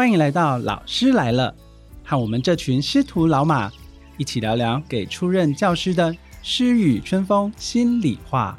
欢迎来到老师来了，和我们这群师徒老马一起聊聊给初任教师的诗与春风心里话。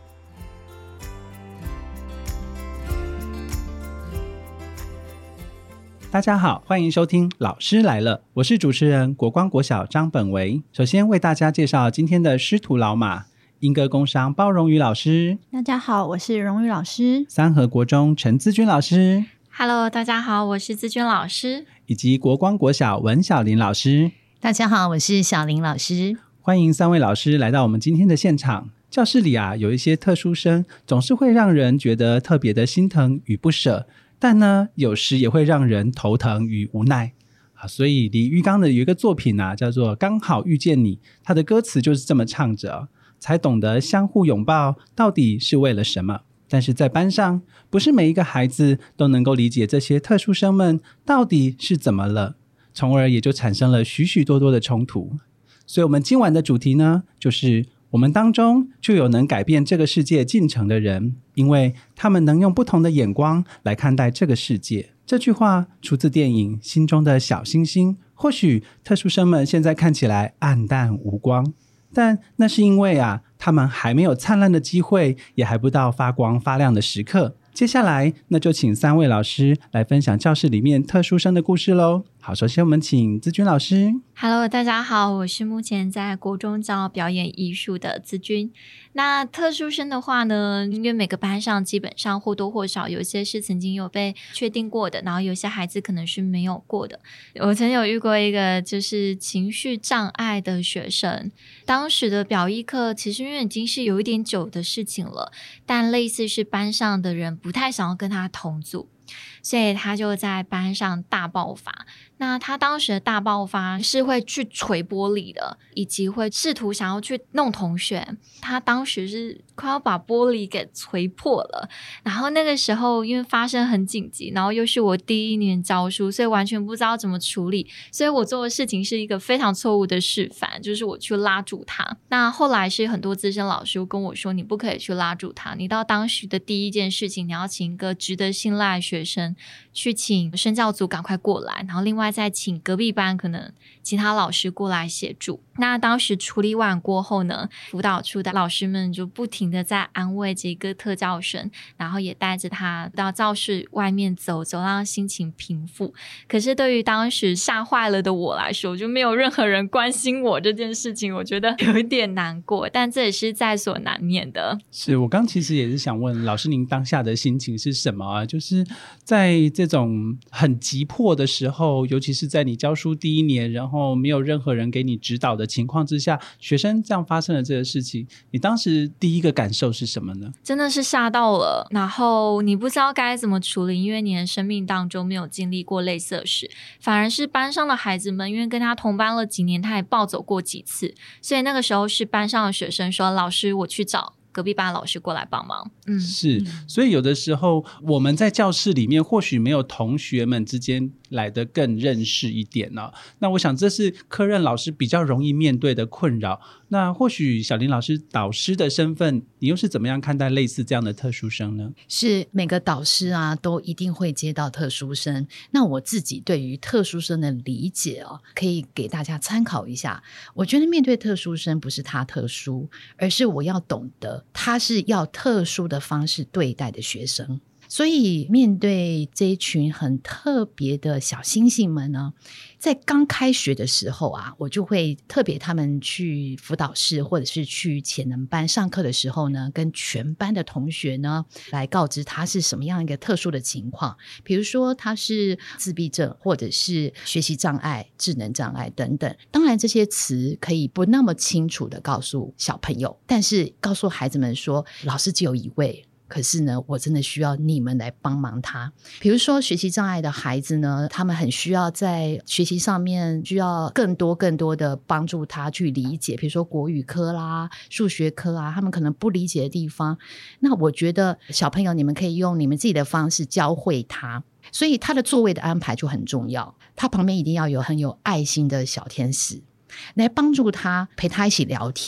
大家好，欢迎收听老师来了，我是主持人国光国小张本维。首先为大家介绍今天的师徒老马，英歌工商包荣宇老师。 大家好，我是荣宇老师。 三和国中陈资君老师。 Hello， 大家好，我是资君老师。 以及国光国小文小林老师。 大家好，我是小林老师。 欢迎三位老师来到我们今天的现场。教室里有一些特殊生，总是会让人觉得特别的心疼与不舍，但呢，有时也会让人头疼与无奈。所以李玉刚的有一个作品叫做《刚好遇见你》，他的歌词就是这么唱着，才懂得相互拥抱到底是为了什么。但是在班上，不是每一个孩子都能够理解这些特殊生们到底是怎么了，从而也就产生了许许多多的冲突。所以我们今晚的主题呢，就是我们当中就有能改变这个世界进程的人，因为他们能用不同的眼光来看待这个世界。这句话出自电影《心中的小星星》，或许特殊生们现在看起来黯淡无光，但那是因为他们还没有灿烂的机会，也还不到发光发亮的时刻。接下来那就请三位老师来分享教室里面特殊生的故事咯。好，首先我们请资君老师。 Hello， 大家好，我是目前在国中教表演艺术的资君。那特殊生的话呢，因为每个班上基本上或多或少有些是曾经有被确定过的，然后有些孩子可能是没有过的。我曾有遇过一个就是情绪障碍的学生，当时的表艺课其实因为已经是有一点久的事情了，但类似是班上的人不太想要跟他同组，所以他就在班上大爆发。那他当时的大爆发是会去捶玻璃的，以及会试图想要去弄同学。他当时是快要把玻璃给捶破了，然后那个时候因为发生很紧急，然后又是我第一年教书，所以完全不知道怎么处理，所以我做的事情是一个非常错误的示范，就是我去拉住他。那后来是很多资深老师跟我说，你不可以去拉住他，你到当时的第一件事情，你要请一个值得信赖的学生去请身教组赶快过来，然后另外再请隔壁班可能其他老师过来协助。那当时处理完过后呢，辅导处的老师们就不停的在安慰这个特教生，然后也带着他到教室外面走，让心情平复。可是对于当时吓坏了的我来说，就没有任何人关心我这件事情，我觉得有一点难过，但这也是在所难免的。 是，我刚其实也是想问老师，您当下的心情是什么就是在这种很急迫的时候，尤其是在你教书第一年，然后没有任何人给你指导的情况之下，学生这样发生了这个事情，你当时第一个感受是什么呢？ 真的是吓到了，然后你不知道该怎么处理，因为你的生命当中没有经历过类似的事，反而是班上的孩子们，因为跟他同班了几年，他也暴走过几次，所以那个时候是班上的学生说，老师我去找隔壁班老师过来帮忙。 是，所以有的时候我们在教室里面或许没有同学们之间来得更认识一点那我想这是科任老师比较容易面对的困扰。那或许小林老师导师的身份，你又是怎么样看待类似这样的特殊生呢？ 是每个导师都一定会接到特殊生。那我自己对于特殊生的理解可以给大家参考一下。我觉得面对特殊生不是他特殊，而是我要懂得他是要特殊的方式对待的学生。所以面对这一群很特别的小星星们呢，在刚开学的时候我就会特别他们去辅导室或者是去潜能班上课的时候呢，跟全班的同学呢来告知他是什么样一个特殊的情况，比如说他是自闭症或者是学习障碍、智能障碍等等。当然这些词可以不那么清楚的告诉小朋友，但是告诉孩子们说，老师只有一位，可是呢我真的需要你们来帮忙他。比如说学习障碍的孩子呢，他们很需要在学习上面需要更多的帮助他去理解，比如说国语科啦、数学科他们可能不理解的地方，那我觉得小朋友你们可以用你们自己的方式教会他。所以他的座位的安排就很重要，他旁边一定要有很有爱心的小天使来帮助他，陪他一起聊天。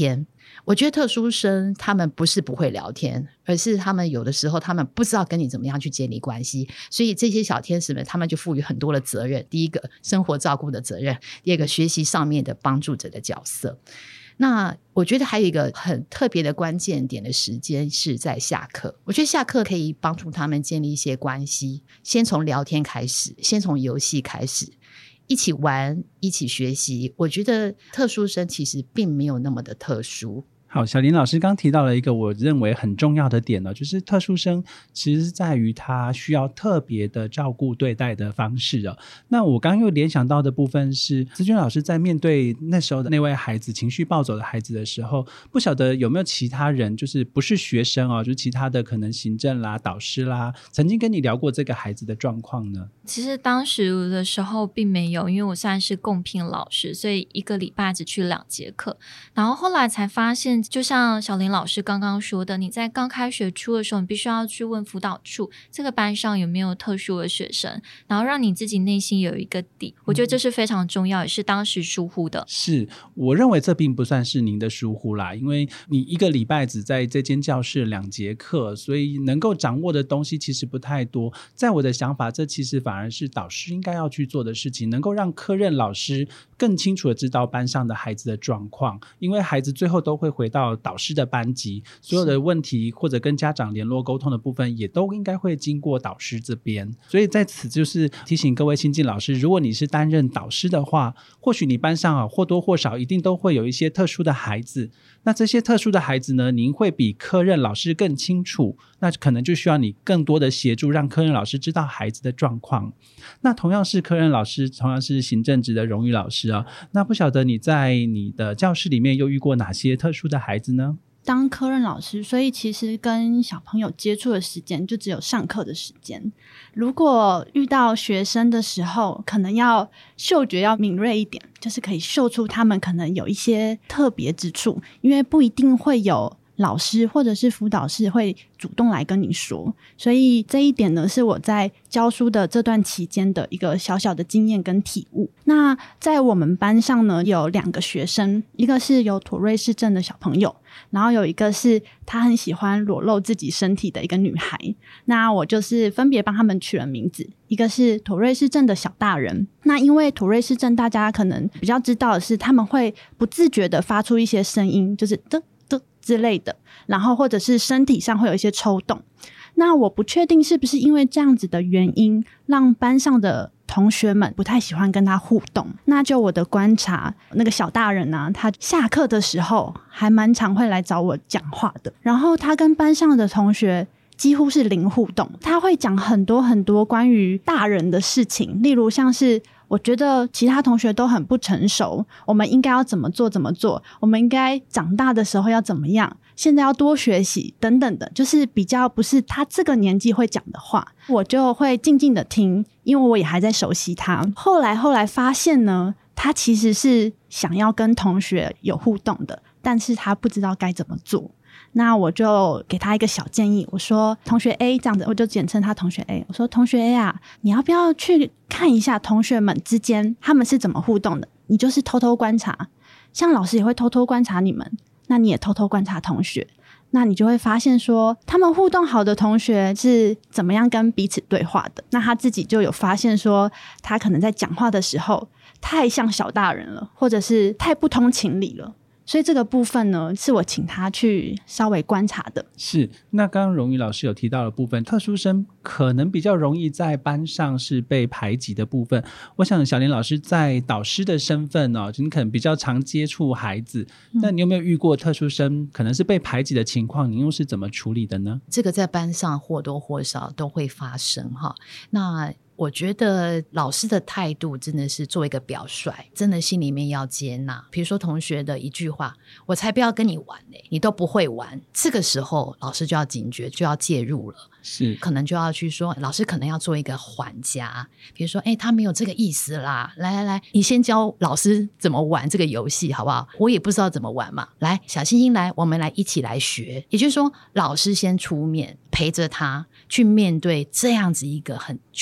我觉得特殊生他们不是不会聊天，而是他们有的时候他们不知道跟你怎么样去建立关系，所以这些小天使们他们就赋予很多的责任，第一个生活照顾的责任，第二个学习上面的帮助者的角色。那我觉得还有一个很特别的关键点的时间是在下课，我觉得下课可以帮助他们建立一些关系，先从聊天开始，先从游戏开始，一起玩，一起学习。我觉得特殊生其实并没有那么的特殊。 好，小林老师刚提到了一个我认为很重要的点呢，就是特殊生其实是在于他需要特别的照顾对待的方式哦。那我刚又联想到的部分是，姿君老师在面对那时候的那位孩子情绪暴走的孩子的时候，不晓得有没有其他人，就是不是学生哦，就是其他的可能行政啦、导师啦，曾经跟你聊过这个孩子的状况呢？ 其实当时的时候并没有，因为我算是共聘老师，所以一个礼拜只去2节课。然后后来才发现，就像小林老师刚刚说的，你在刚开学初的时候，你必须要去问辅导处这个班上有没有特殊的学生，然后让你自己内心有一个底。我觉得这是非常重要，也是当时疏忽的。 是，我认为这并不算是您的疏忽啦，因为你一个礼拜只在这间教室2节课，所以能够掌握的东西其实不太多。在我的想法，这其实反而是导师应该要去做的事情，能够让科任老师更清楚的知道班上的孩子的状况，因为孩子最后都会回到导师的班级，所有的问题或者跟家长联络沟通的部分也都应该会经过导师这边。所以在此就是提醒各位新进老师，如果你是担任导师的话，或许你班上或多或少一定都会有一些特殊的孩子，那这些特殊的孩子呢，您会比科任老师更清楚，那可能就需要你更多的协助，让科任老师知道孩子的状况。那同样是科任老师，同样是行政职的荣誉老师啊，那不晓得你在你的教室里面又遇过哪些特殊的孩子呢？ 当科任老师，所以其实跟小朋友接触的时间就只有上课的时间。如果遇到学生的时候，可能要嗅觉要敏锐一点，就是可以嗅出他们可能有一些特别之处，因为不一定会有老师或者是辅导室会主动来跟你说，所以这一点呢是我在教书的这段期间的一个小小的经验跟体悟。那在我们班上呢有2个学生，一个是有妥瑞氏症的小朋友，然后有一个是她很喜欢裸露自己身体的一个女孩。那我就是分别帮他们取了名字，一个是妥瑞氏症的小大人，那因为妥瑞氏症大家可能比较知道的是他们会不自觉的发出一些声音，就是的之类的，然后或者是身体上会有一些抽动。那我不确定是不是因为这样子的原因，让班上的同学们不太喜欢跟他互动。那就我的观察，那个小大人啊，他下课的时候还蛮常会来找我讲话的，然后他跟班上的同学几乎是零互动，他会讲很多很多关于大人的事情，例如像是我觉得其他同学都很不成熟，我们应该要怎么做，我们应该长大的时候要怎么样，现在要多学习等等的，就是比较不是他这个年纪会讲的话，我就会静静的听，因为我也还在熟悉他。后来发现呢，他其实是想要跟同学有互动的，但是他不知道该怎么做。那我就给他一个小建议，我说同学 A 这样子，我就简称他同学 A， 我说同学 A 啊，你要不要去看一下同学们之间他们是怎么互动的，你就是偷偷观察，像老师也会偷偷观察你们，那你也偷偷观察同学，那你就会发现说他们互动好的同学是怎么样跟彼此对话的。那他自己就有发现说他可能在讲话的时候太像小大人了，或者是太不通情理了，所以这个部分呢是我请他去稍微观察的。 是，那刚刚荣誉老师有提到的部分，特殊生可能比较容易在班上是被排挤的部分，我想小林老师在导师的身份你可能比较常接触孩子，那你有没有遇过特殊生可能是被排挤的情况，你又是怎么处理的呢？ 这个在班上或多或少都会发生哈。那我觉得老师的态度真的是做一个表率，真的心里面要接纳。比如说同学的一句话，我才不要跟你玩嘞，你都不会玩，这个时候老师就要警觉，就要介入了。 是， 可能就要去说，老师可能要做一个缓夹，比如说他没有这个意思啦，来你先教老师怎么玩这个游戏好不好，我也不知道怎么玩嘛，来小星星来，我们来一起来学。也就是说老师先出面陪着他去面对这样子一个很窘迫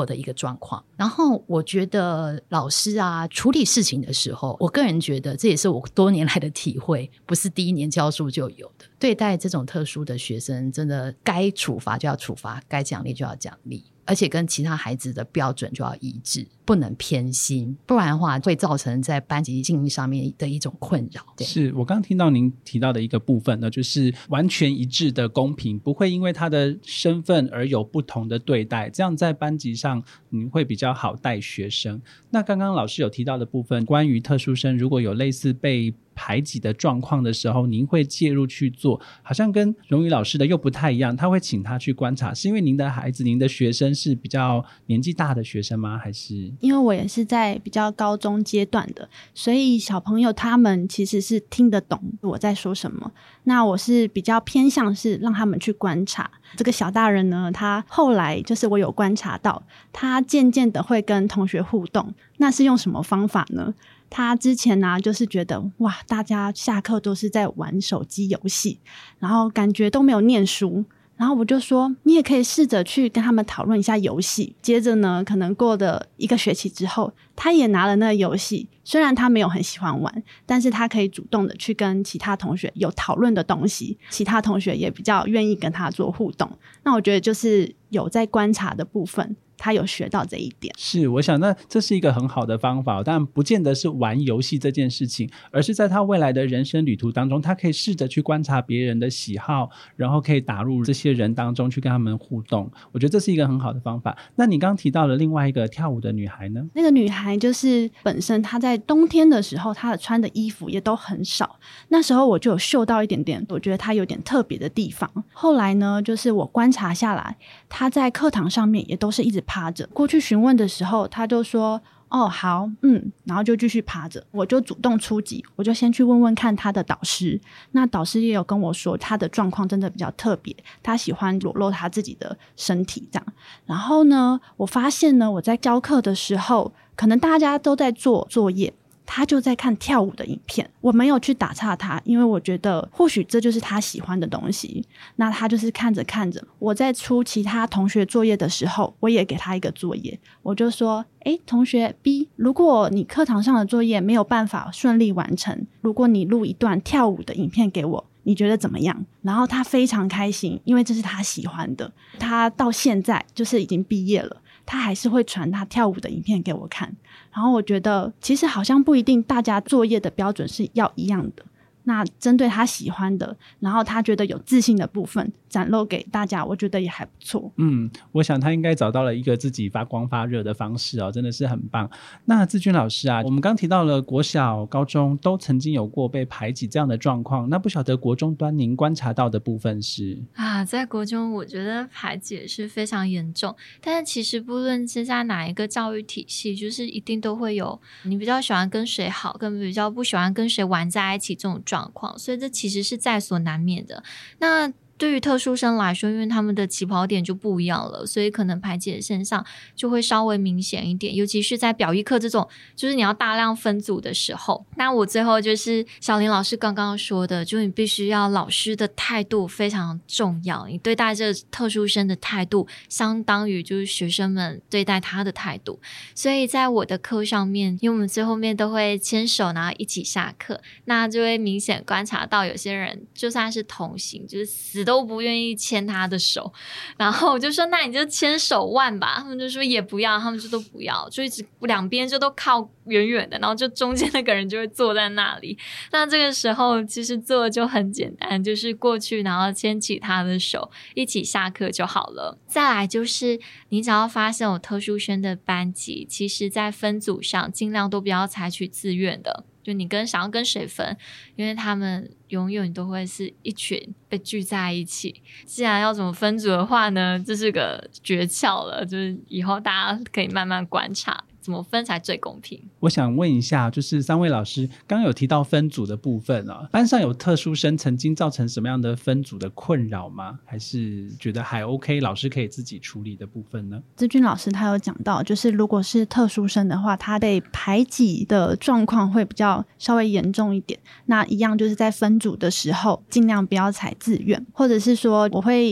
的一个状况。然后我觉得老师啊处理事情的时候，我个人觉得这也是我多年来的体会，不是第一年教书就有的。对待这种特殊的学生，真的该处罚就要处罚，该奖励就要奖励，而且跟其他孩子的标准就要一致，不能偏心，不然的话会造成在班级经营上面的一种困扰。 是我刚听到您提到的一个部分呢，就是完全一致的公平，不会因为他的身份而有不同的对待，这样在班级上您会比较好带学生。那刚刚老师有提到的部分，关于特殊生如果有类似被排挤的状况的时候，您会介入去做，好像跟荣宇老师的又不太一样，他会请他去观察，是因为您的孩子您的学生是比较年纪大的学生吗？还是因为我也是在比较高中阶段的，所以小朋友他们其实是听得懂我在说什么，那我是比较偏向是让他们去观察。这个小大人呢，他后来就是我有观察到他渐渐的会跟同学互动，那是用什么方法呢？他之前呢，就是觉得哇，大家下课都是在玩手机游戏，然后感觉都没有念书，然后我就说你也可以试着去跟他们讨论一下游戏。接着呢，可能过了1个学期之后，他也拿了那个游戏，虽然他没有很喜欢玩，但是他可以主动的去跟其他同学有讨论的东西，其他同学也比较愿意跟他做互动。那我觉得就是有在观察的部分，他有学到这一点。 是，我想那这是一个很好的方法，但不见得是玩游戏这件事情，而是在他未来的人生旅途当中，他可以试着去观察别人的喜好，然后可以打入这些人当中去跟他们互动。我觉得这是一个很好的方法。那你刚刚提到了另外一个跳舞的女孩呢？ 那个女孩就是本身她在冬天的时候，她的穿的衣服也都很少，那时候我就有嗅到一点点，我觉得她有点特别的地方。后来呢，就是我观察下来，她在课堂上面也都是一直趴着，过去询问的时候他就说哦好然后就继续趴着。我就主动出击，我就先去问问看他的导师，那导师也有跟我说他的状况真的比较特别，他喜欢裸露他自己的身体这样。然后呢，我发现呢，我在教课的时候可能大家都在做作业，他就在看跳舞的影片，我没有去打岔他，因为我觉得或许这就是他喜欢的东西。那他就是看着看着，我在出其他同学作业的时候，我也给他一个作业，我就说同学 B， 如果你课堂上的作业没有办法顺利完成，如果你录一段跳舞的影片给我，你觉得怎么样？然后他非常开心，因为这是他喜欢的。他到现在就是已经毕业了，他还是会传他跳舞的影片给我看。然后我觉得其实好像不一定大家作业的标准是要一样的，那针对他喜欢的，然后他觉得有自信的部分展露给大家，我觉得也还不错。 我想他应该找到了一个自己发光发热的方式真的是很棒。那志君老师啊，我们刚提到了国小高中都曾经有过被排挤这样的状况，那不晓得国中端您观察到的部分是在国中我觉得排挤是非常严重，但是其实不论是在哪一个教育体系，就是一定都会有你比较喜欢跟谁好，跟比较不喜欢跟谁玩在一起这种状况，所以这其实是在所难免的。那对于特殊生来说，因为他们的起跑点就不一样了，所以可能排挤的现象就会稍微明显一点，尤其是在表意课这种就是你要大量分组的时候。那我最后就是小林老师刚刚说的，就是你必须要老师的态度非常重要，你对待这特殊生的态度相当于就是学生们对待他的态度。所以在我的课上面，因为我们最后面都会牵手然后一起下课，那就会明显观察到有些人就算是同行，就是死都不愿意牵他的手，然后我就说那你就牵手腕吧，他们就说也不要，他们就都不要，就一直两边就都靠远远的，然后就中间那个人就会坐在那里。那这个时候其实做的就很简单，就是过去然后牵起他的手一起下课就好了。再来就是你只要发现有特殊生的班级，其实在分组上尽量都不要采取自愿的，就你想要跟谁分，因为他们永远都会是一群被聚在一起。既然要怎么分组的话呢，这是个诀窍了，就是以后大家可以慢慢观察怎么分才最公平。 我想问一下，就是3位老师刚刚有提到分组的部分班上有特殊生曾经造成什么样的分组的困扰吗？还是觉得还 OK， 老师可以自己处理的部分呢？ 志君老师他有讲到，就是如果是特殊生的话，他被排挤的状况会比较稍微严重一点。那一样就是在分组的时候尽量不要采自愿，或者是说我会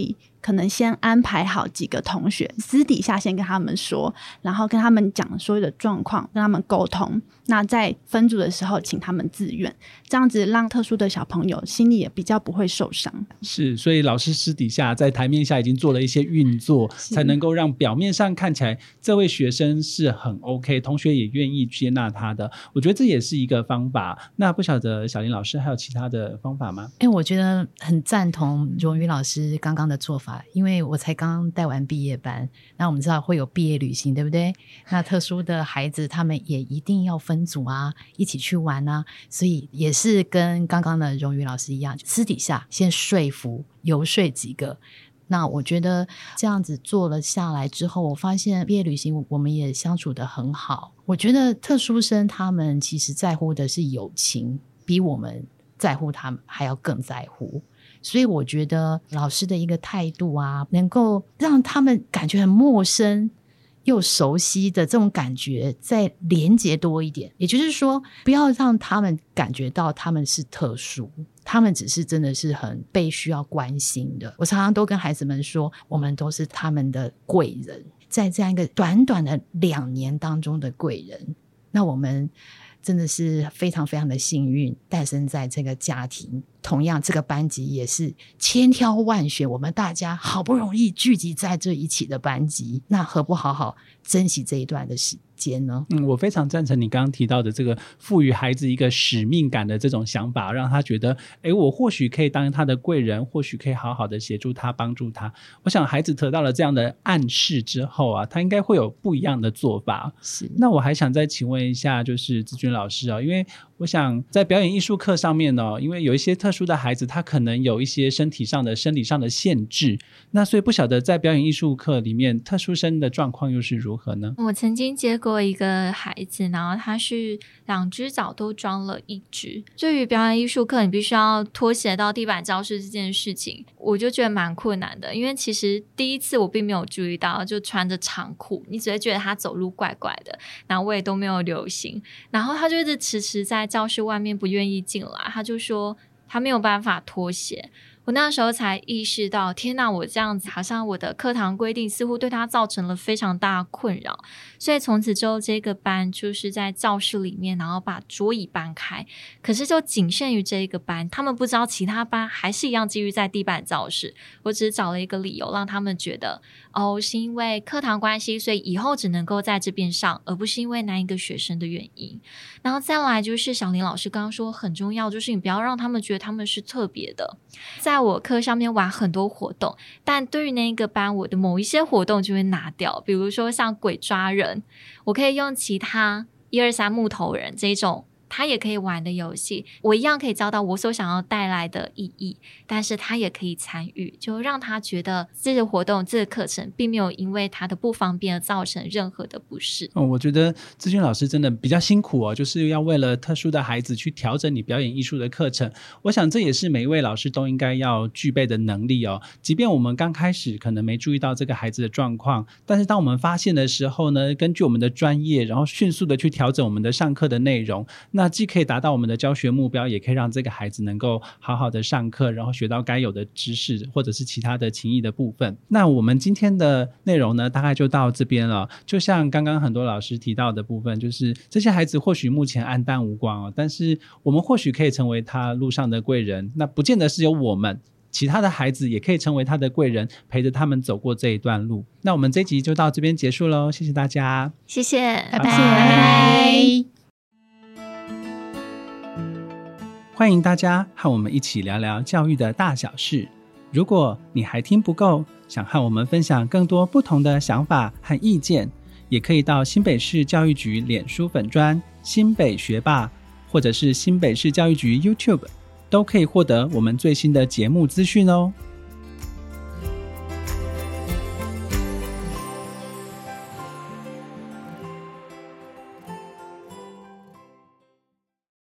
可能先安排好几个同学，私底下先跟他们说，然后跟他们讲所有的状况，跟他们沟通，那在分组的时候请他们自愿，这样子让特殊的小朋友心里也比较不会受伤。 是，所以老师私底下在台面下已经做了一些运作，才能够让表面上看起来这位学生是很 OK， 同学也愿意接纳他的，我觉得这也是一个方法。那不晓得小林老师还有其他的方法吗？ 我觉得很赞同荣宇老师刚刚的做法，因为我才刚刚带完毕业班，那我们知道会有毕业旅行，对不对？那特殊的孩子他们也一定要分组啊，一起去玩啊，所以也是跟刚刚的荣宇老师一样，私底下先说服游说几个。那我觉得这样子做了下来之后，我发现毕业旅行我们也相处得很好。我觉得特殊生他们其实在乎的是友情，比我们在乎他们还要更在乎，所以我觉得老师的一个态度啊，能够让他们感觉很陌生又熟悉的这种感觉再连结多一点，也就是说不要让他们感觉到他们是特殊，他们只是真的是很被需要关心的。我常常都跟孩子们说，我们都是他们的贵人，在这样一个短短的2年当中的贵人，那我们真的是非常非常的幸运诞生在这个家庭。同样这个班级也是千挑万选，我们大家好不容易聚集在这一起的班级，那何不好好珍惜这一段的时间呢？ 我非常赞成你刚刚提到的这个赋予孩子一个使命感的这种想法，让他觉得我或许可以当他的贵人，或许可以好好的协助他，帮助他。我想孩子得到了这样的暗示之后啊，他应该会有不一样的做法。 是。 那我还想再请问一下就是姿君老师因为我想在表演艺术课上面因为有一些特殊的孩子他可能有一些身体上的生理上的限制，那所以不晓得在表演艺术课里面特殊生的状况又是如何呢？ 我曾经接过一个孩子，然后他是2只脚都装了1只。对于表演艺术课你必须要脱鞋到地板教室这件事情，我就觉得蛮困难的，因为其实第一次我并没有注意到，就穿着长裤，你只会觉得他走路怪怪的，然后我也都没有留心，然后他就一直迟迟在教室外面不愿意进来，他就说他没有办法脱鞋。我那时候才意识到，天哪，我这样子好像我的课堂规定似乎对他造成了非常大的困扰。所以从此之后这个班就是在教室里面，然后把桌椅搬开，可是就仅限于这一个班，他们不知道其他班还是一样继续在地板教室。我只是找了一个理由让他们觉得是因为课堂关系，所以以后只能够在这边上，而不是因为哪一个学生的原因。然后再来就是小林老师刚刚说很重要，就是你不要让他们觉得他们是特别的。在我课上面玩很多活动，但对于那个班我的某一些活动就会拿掉，比如说像鬼抓人，我可以用其他1、2、3木头人这种他也可以玩的游戏，我一样可以教到我所想要带来的意义，但是他也可以参与，就让他觉得这个活动这个课程并没有因为他的不方便而造成任何的不适。 我觉得姿君老师真的比较辛苦就是要为了特殊的孩子去调整你表演艺术的课程，我想这也是每一位老师都应该要具备的能力即便我们刚开始可能没注意到这个孩子的状况，但是当我们发现的时候呢，根据我们的专业，然后迅速的去调整我们的上课的内容，那既可以达到我们的教学目标，也可以让这个孩子能够好好的上课，然后学到该有的知识或者是其他的情谊的部分。那我们今天的内容呢大概就到这边了。就像刚刚很多老师提到的部分，就是这些孩子或许目前黯淡无光但是我们或许可以成为他路上的贵人，那不见得是由我们，其他的孩子也可以成为他的贵人，陪着他们走过这一段路。那我们这一集就到这边结束咯，谢谢大家， 谢谢， 拜拜。 欢迎大家和我们一起聊聊教育的大小事。如果你还听不够，想和我们分享更多不同的想法和意见，也可以到新北市教育局脸书粉专新北学霸，或者是新北市教育局 YouTube， 都可以获得我们最新的节目资讯哦。